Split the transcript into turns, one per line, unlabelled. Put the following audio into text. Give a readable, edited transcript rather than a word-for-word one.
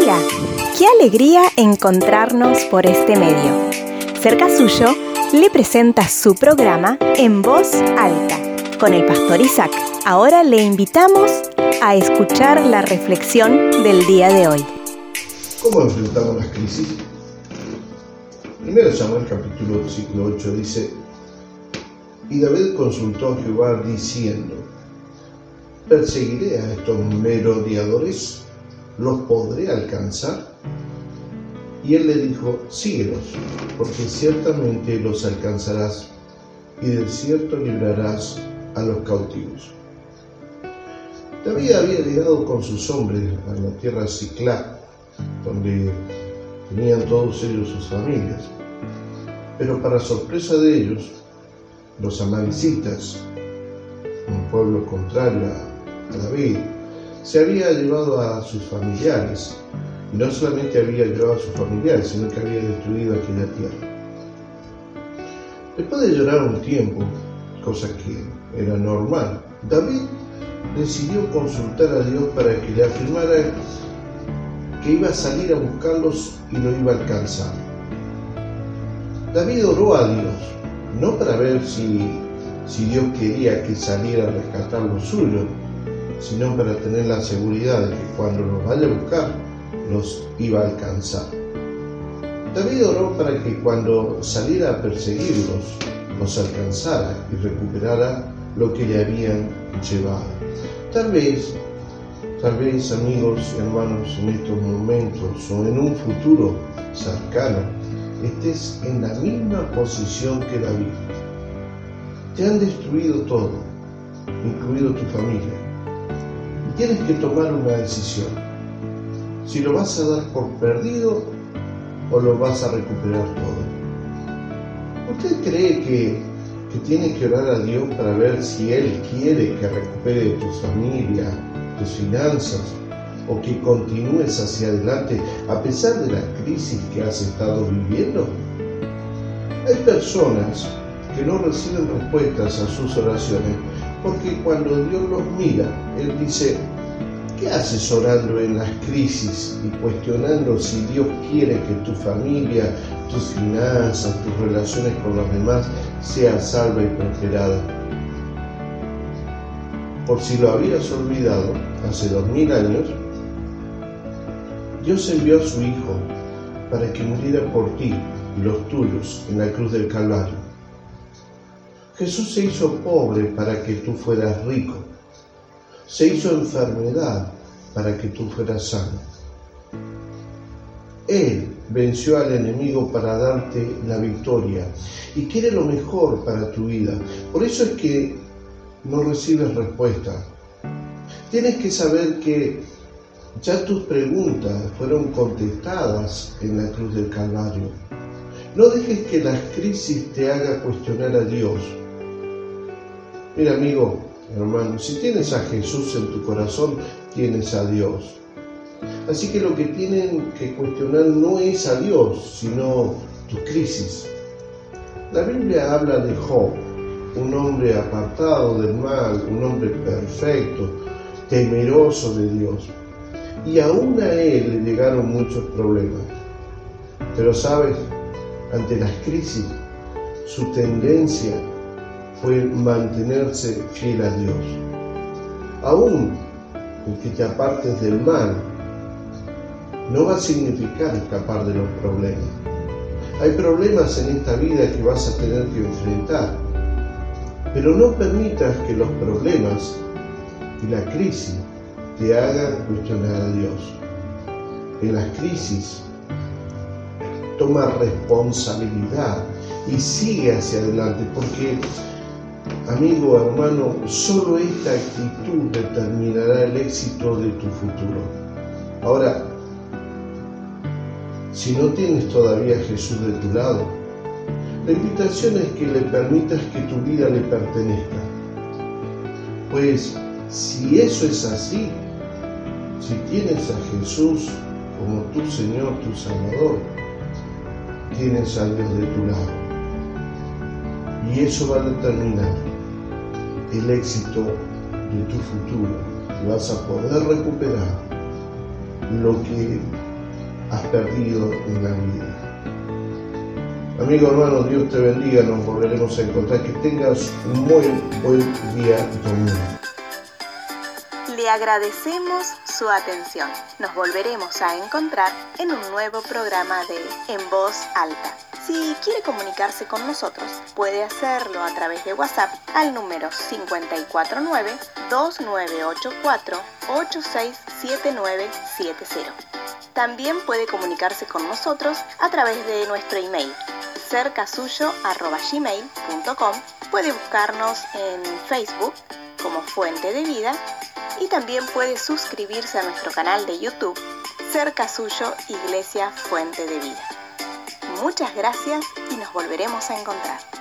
Hola, qué alegría encontrarnos por este medio. Cerca Suyo le presenta su programa En Voz Alta con el Pastor Isaac. Ahora le invitamos a escuchar la reflexión del día de hoy.
¿Cómo enfrentamos las crisis? 1 Samuel capítulo versículo 8 dice: Y David consultó a Jehová diciendo: ¿Perseguiré a estos merodeadores? ¿Los podré alcanzar? Y él le dijo: síguelos, porque ciertamente los alcanzarás, y del cierto librarás a los cautivos. David había llegado con sus hombres a la tierra Siclá, donde tenían todos ellos sus familias. Pero para sorpresa de ellos, los amalecitas, un pueblo contrario a David, se había llevado a sus familiares. Y no solamente había llevado a sus familiares, sino que había destruido aquella tierra. Después de llorar un tiempo, cosa que era normal, David decidió consultar a Dios para que le afirmara que iba a salir a buscarlos y lo iba a alcanzar. David oró a Dios, no para ver si Dios quería que saliera a rescatar lo suyo, sino para tener la seguridad de que cuando los vaya a buscar, los iba a alcanzar. David oró para que cuando saliera a perseguirlos, los alcanzara y recuperara lo que le habían llevado. Tal vez, amigos y hermanos, en estos momentos o en un futuro cercano, estés en la misma posición que David. Te han destruido todo, incluido tu familia. Y tienes que tomar una decisión. Si lo vas a dar por perdido o lo vas a recuperar todo. ¿Usted cree que tiene que orar a Dios para ver si Él quiere que recupere tu familia, tus finanzas, o que continúes hacia adelante a pesar de la crisis que has estado viviendo? Hay personas que no reciben respuestas a sus oraciones porque cuando Dios los mira, Él dice: ¿qué haces orando en las crisis y cuestionando si Dios quiere que tu familia, tus finanzas, tus relaciones con los demás sea salva y prosperada? Por si lo habías olvidado, hace 2000 años, Dios envió a su Hijo para que muriera por ti y los tuyos en la cruz del Calvario. Jesús se hizo pobre para que tú fueras rico. Se hizo enfermedad para que tú fueras sano. Él venció al enemigo para darte la victoria y quiere lo mejor para tu vida. Por eso es que no recibes respuesta. Tienes que saber que ya tus preguntas fueron contestadas en la cruz del Calvario. No dejes que las crisis te hagan cuestionar a Dios. Mira, amigo, hermano, si tienes a Jesús en tu corazón, tienes a Dios. Así que lo que tienen que cuestionar no es a Dios, sino tu crisis. La Biblia habla de Job, un hombre apartado del mal, un hombre perfecto, temeroso de Dios. Y aún a él le llegaron muchos problemas. Pero sabes, ante las crisis, su tendencia fue mantenerse fiel a Dios. Aún el que te apartes del mal no va a significar escapar de los problemas. Hay problemas en esta vida que vas a tener que enfrentar, pero no permitas que los problemas y la crisis te hagan cuestionar a Dios. En las crisis, toma responsabilidad y sigue hacia adelante, porque, amigo, hermano, solo esta actitud determinará el éxito de tu futuro. Ahora, si no tienes todavía a Jesús de tu lado, la invitación es que le permitas que tu vida le pertenezca. Pues si eso es así, si tienes a Jesús como tu Señor, tu Salvador, tienes a Dios de tu lado. Y eso va a determinar el éxito de tu futuro. Vas a poder recuperar lo que has perdido en la vida. Amigo, hermano, Dios te bendiga, nos volveremos a encontrar. Que tengas un muy buen día domingo.
Le agradecemos su atención. Nos volveremos a encontrar en un nuevo programa de En Voz Alta. Si quiere comunicarse con nosotros, puede hacerlo a través de WhatsApp al número 549-2984-867970. También puede comunicarse con nosotros a través de nuestro email cercasuyo@gmail.com. Puede buscarnos en Facebook como Fuente de Vida y también puede suscribirse a nuestro canal de YouTube Cerca Suyo Iglesia Fuente de Vida. Muchas gracias y nos volveremos a encontrar.